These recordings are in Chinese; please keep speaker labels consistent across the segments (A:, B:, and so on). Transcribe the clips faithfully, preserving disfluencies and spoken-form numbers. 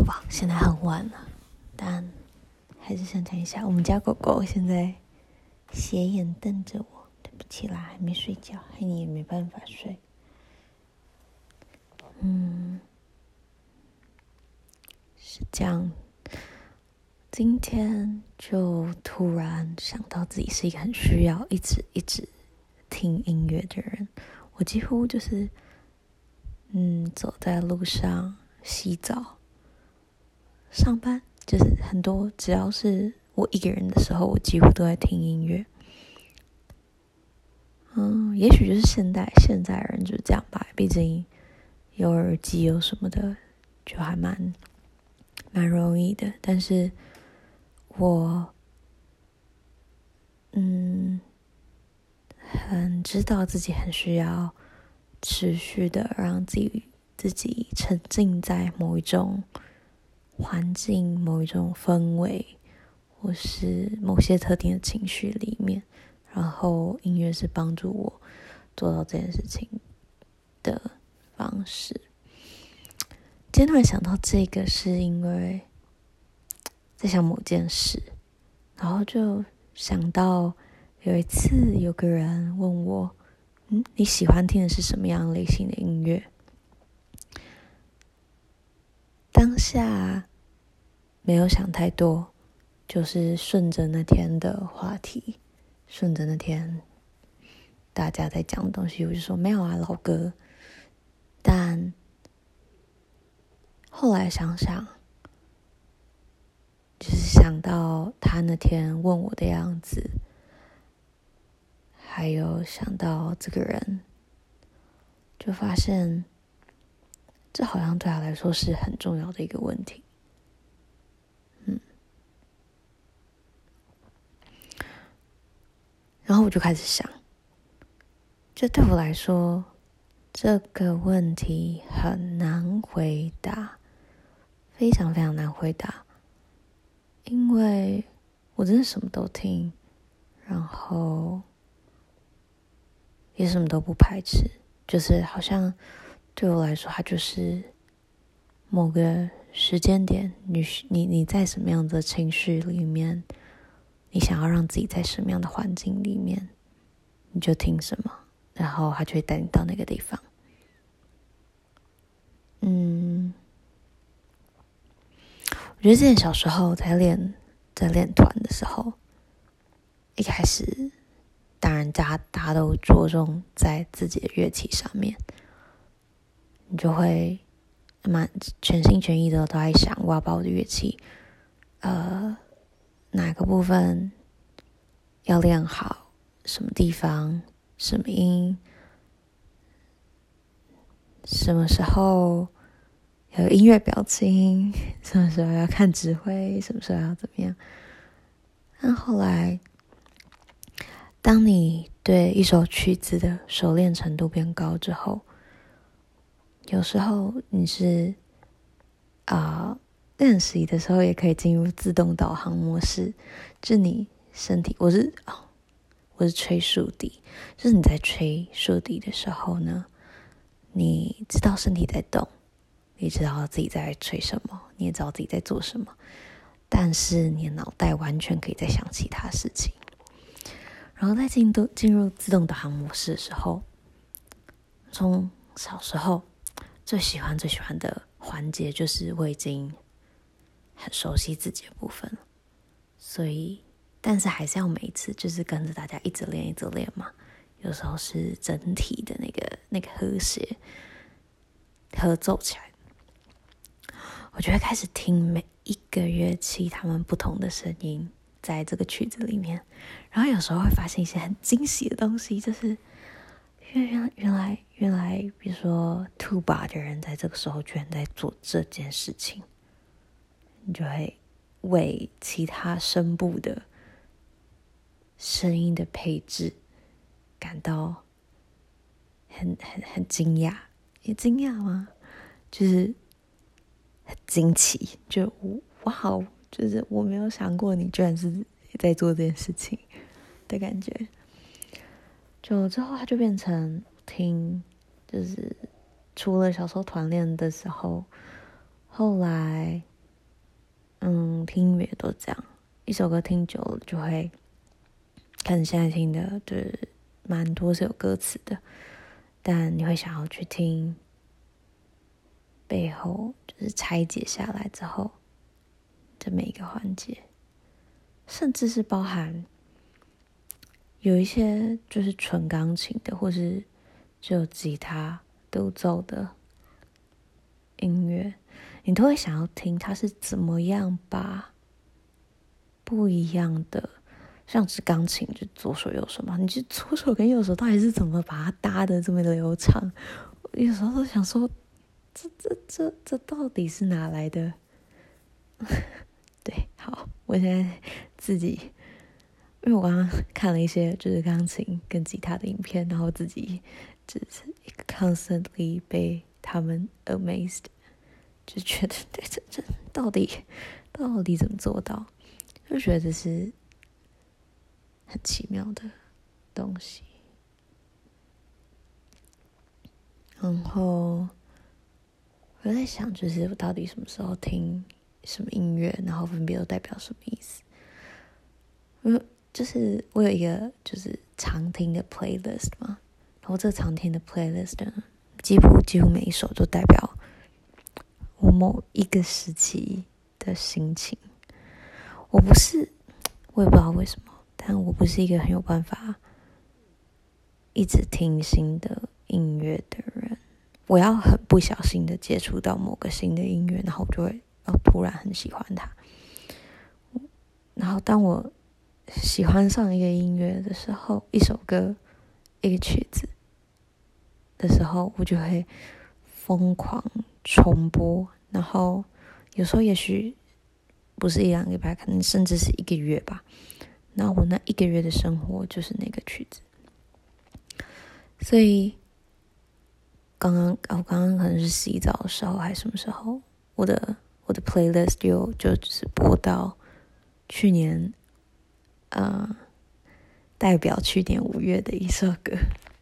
A: 吧，现在很晚了，但还是想讲一下，我们家狗狗现在斜眼瞪着我，对不起啦，还没睡觉，害你也没办法睡。嗯，是这样。今天就突然想到自己是一个很需要一直一直听音乐的人，我几乎就是嗯走在路上、洗澡、上班，就是很多只要是我一个人的时候，我几乎都在听音乐。嗯，也许就是现代现代人就是这样吧，毕竟有耳机有什么的，就还蛮蛮容易的。但是我嗯很知道自己很需要持续的让自己自己沉浸在某一种环境、某一种氛围，或是某些特定的情绪里面，然后音乐是帮助我做到这件事情的方式。今天突然想到这个，是因为在想某件事，然后就想到有一次有个人问我，嗯，你喜欢听的是什么样类型的音乐？当下没有想太多，就是顺着那天的话题，顺着那天大家在讲的东西，我就说没有啊，老歌。但后来想想，就是想到他那天问我的样子，还有想到这个人，就发现这好像对他来说是很重要的一个问题。嗯，然后我就开始想，这对我来说这个问题很难回答，非常非常难回答，因为我真的什么都听，然后也什么都不排斥，就是好像对我来说，它就是某个时间点，你你你在什么样的情绪里面，你想要让自己在什么样的环境里面，你就听什么，然后它就会带你到那个地方。嗯，我觉得之前小时候在练在练团的时候，一开始当然大家大家都着重在自己的乐器上面，你就会蛮全心全意的都在想，我要把我的乐器呃哪个部分要练好，什么地方什么音，什么时候有音乐表情，什么时候要看指挥，什么时候要怎么样。但后来当你对一首曲子的熟练程度变高之后，有时候你是啊、呃、练习的时候也可以进入自动导航模式，就你身体我是、哦、我是吹竖笛，就是你在吹竖笛的时候呢，你知道身体在动，你知道自己在吹什么，你也知道自己在做什么，但是你的脑袋完全可以在想其他事情。然后在进入进入自动导航模式的时候，从小时候最喜欢最喜欢的环节就是我已经很熟悉自己的部分了，所以但是还是要每一次就是跟着大家一直练一直练嘛，有时候是整体的那个那个和谐合奏起来，我就会开始听每一个乐器他们不同的声音在这个曲子里面，然后有时候会发现一些很惊喜的东西，就是原原来原来比如说 tuba 的人在这个时候居然在做这件事情，你就会为其他声部的声音的配置感到很很很惊讶，也惊讶吗？就是很惊奇，就哇，就是我没有想过你居然是在做这件事情的感觉。就之后它就变成听，就是除了小时候团练的时候，后来嗯，听音乐都这样，一首歌听久了就会，可能现在听的就是蛮多是有歌词的，但你会想要去听背后就是拆解下来之后的每一个环节，甚至是包含有一些就是纯钢琴的，或是只有吉他独奏的音乐，你都会想要听它是怎么样把不一样的，像是钢琴就左手右手嘛，你就左手跟右手到底是怎么把它搭的这么流畅？有时候都想说，这这这这到底是哪来的？对，好，我现在自己，因为我刚刚看了一些就是钢琴跟吉他的影片，然后自己就是 constantly 被他们 amazed， 就觉得对这这到底到底怎么做到？就觉得这是很奇妙的东西。然后我在想，就是我到底什么时候听什么音乐，然后分别都代表什么意思？因为就是我有一个就是常听的 playlist 嘛，然后这个常听的 playlist 呢，几乎几乎每一首都代表我某一个时期的心情。我不是，我也不知道为什么，但我不是一个很有办法一直听新的音乐的人。我要很不小心的接触到某个新的音乐，然后我就会哦突然很喜欢它。然后当我喜欢上一个音乐的时候，一首歌、一个曲子的时候，我就会疯狂重播，然后有时候也许不是一两个礼拜，可能甚至是一个月吧。然后我那一个月的生活就是那个曲子，所以刚刚我刚刚可能是洗澡的时候还是什么时候，我的我的 playlist 就就只是播到去年呃代表去年五月的一首歌，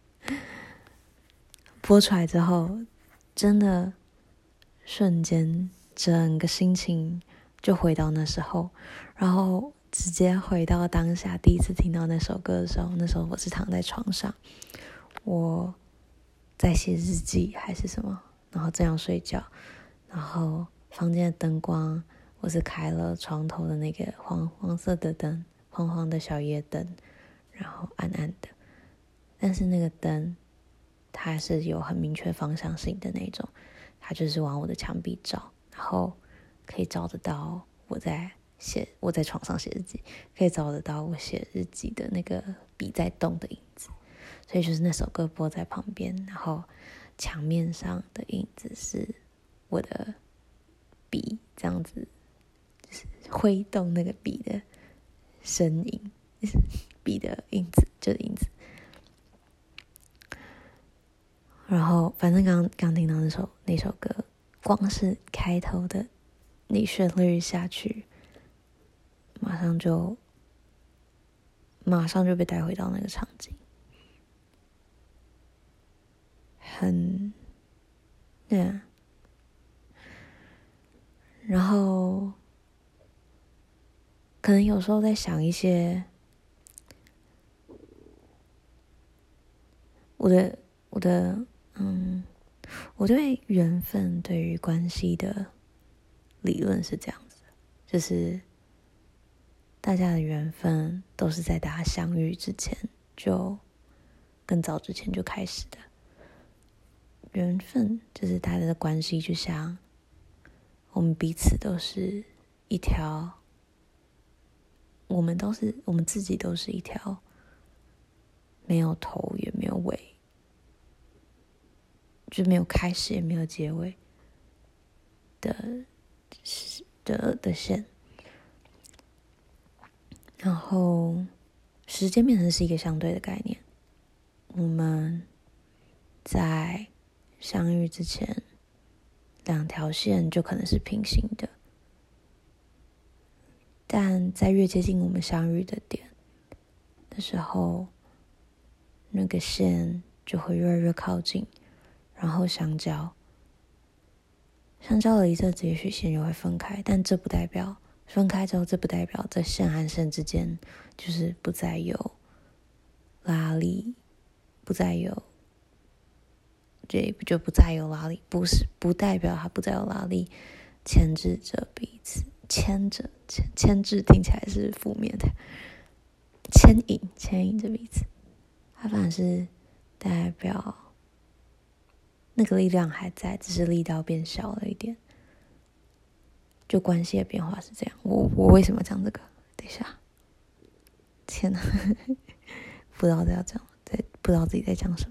A: 播出来之后，真的瞬间整个心情就回到那时候，然后直接回到当下第一次听到那首歌的时候，那时候我是躺在床上，我在写日记还是什么，然后这样睡觉，然后房间的灯光我是开了床头的那个黄黄色的灯，黄黄的小夜灯，然后暗暗的，但是那个灯它是有很明确方向性的那种，它就是往我的墙壁照，然后可以照得到我在写我在床上写日记，可以照得到我写日记的那个笔在动的影子，所以就是那首歌播在旁边，然后墙面上的影子是我的笔这样子，就是挥动那个笔的身影，笔的影子就是影子。然后反正刚刚听到那首那首歌，光是开头的那旋律下去，马上就马上就被带回到那个场景，很对啊。然后可能有时候在想一些我的我的嗯，我对缘分对于关系的理论是这样子的，就是大家的缘分都是在大家相遇之前就更早之前就开始的。缘分就是大家的关系，就像我们彼此都是一条，我们都是我们自己都是一条没有头也没有尾，就没有开始也没有结尾的的的线。然后时间变成是一个相对的概念，我们在相遇之前，两条线就可能是平行的，但在越接近我们相遇的点的时候，那个线就会越来越靠近，然后相交。 相较的一阵子，也许线就会分开，但这不代表分开之后，这不代表这线和线之间就是不再有拉力，不再有，对，就不再有拉力，不是不代表它不再有拉力牵制着彼此，牵着牵牵制听起来是负面的，牵引牵引着彼此，它反而是代表那个力量还在，只是力道变小了一点。就关系的变化是这样。我我为什么讲这个？等一下，天哪，不知道在要讲，在不知道自己在讲什么。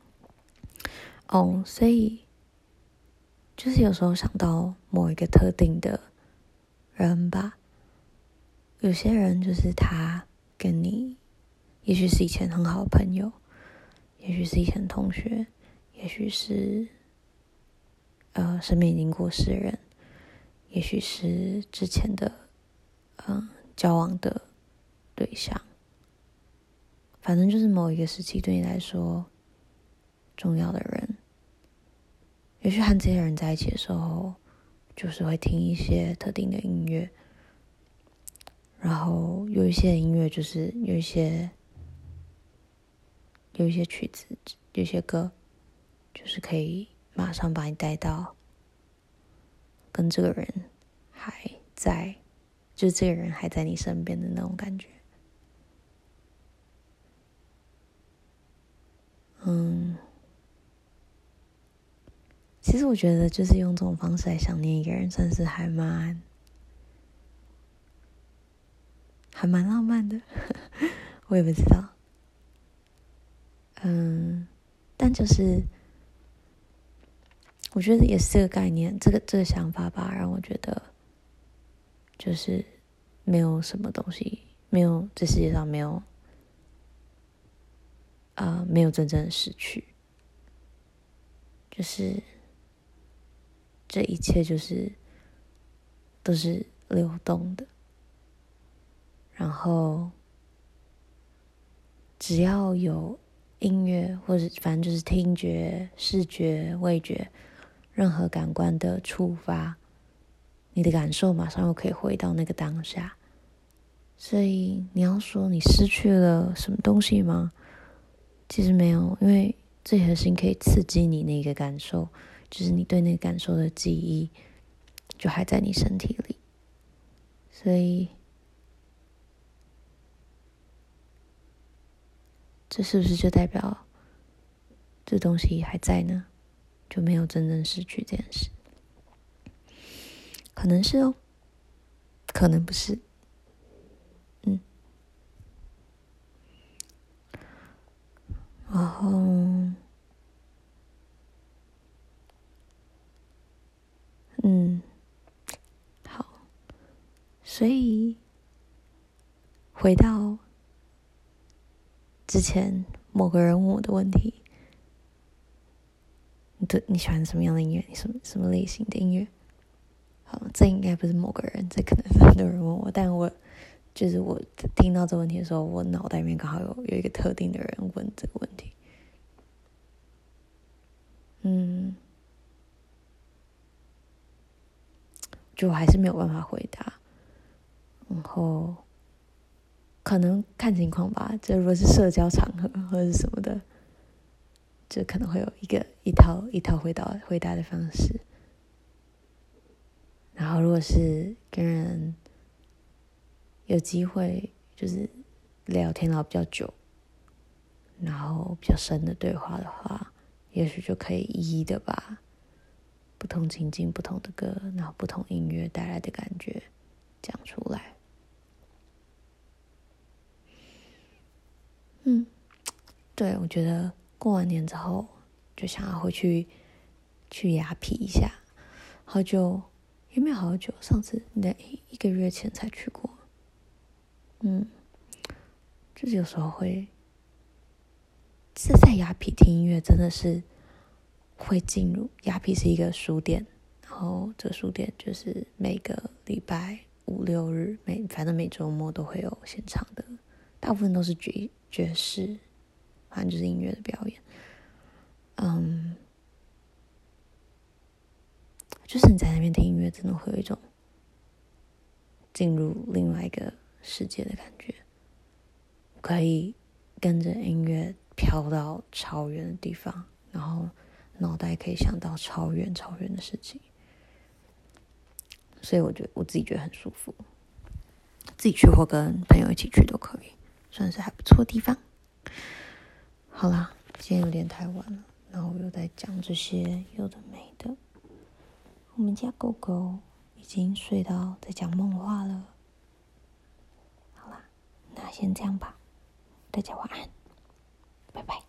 A: 哦，所以就是有时候想到某一个特定的人吧，有些人就是他跟你，也许是以前很好的朋友，也许是以前的同学，也许是呃身边已经过世的人，也许是之前的嗯交往的对象，反正就是某一个时期对你来说重要的人。也许和这些人在一起的时候，就是会听一些特定的音乐，然后有一些音乐就是有一些有一些曲子，有一些歌，就是可以马上把你带到跟这个人还在，就是这个人还在你身边的那种感觉。嗯，其实我觉得就是用这种方式来想念一个人，算是还蛮还蛮浪漫的。我也不知道，嗯，但就是我觉得也是这个概念，这个这个想法吧，让我觉得就是没有什么东西，没有这世界上没有啊、呃，没有真正的失去，就是这一切就是都是流动的，然后只要有音乐或者反正就是听觉、视觉、味觉，任何感官的触发，你的感受马上又可以回到那个当下。所以你要说你失去了什么东西吗？其实没有，因为最核心可以刺激你那个感受，就是你对那个感受的记忆就还在你身体里。所以这是不是就代表这东西还在呢？就没有真正失去这件事？可能是哦，可能不是。嗯，然后嗯，好，所以回到之前某个人问我的问题，你对你喜欢什么样的音乐？你什么什么类型的音乐？好，这应该不是某个人，这可能是很多人问我，但我就是我听到这个问题的时候，我脑袋里面刚好有有一个特定的人问这个问题。嗯，就我还是没有办法回答，然后可能看情况吧，这如果是社交场合或者是什么的，就可能会有一个一套一套回答回答的方式。然后如果是跟人有机会就是聊天聊比较久，然后比较深的对话的话，也许就可以一一的把不同情境、不同的歌，然后不同音乐带来的感觉讲出来。嗯，对，我觉得过完年之后就想要回去去雅痞一下，好久也没有好久，上次那一个月前才去过。嗯，就是有时候会是在雅痞听音乐，真的是会进入雅痞是一个书店，然后这书店就是每个礼拜五六日，每反正每周末都会有现场的，大部分都是爵爵士，反正就是音乐的表演。嗯， 就是你在那边听音乐，真的会有一种进入另外一个世界的感觉，可以跟着音乐飘到超远的地方，然后脑袋可以想到超远超远的事情，所以我觉得我自己觉得很舒服，自己去或跟朋友一起去都可以，算是还不错的地方。好啦，今天有点太晚了，然后我又在讲这些有的没的。我们家狗狗已经睡到在讲梦话了。好啦，那先这样吧，大家晚安，拜拜。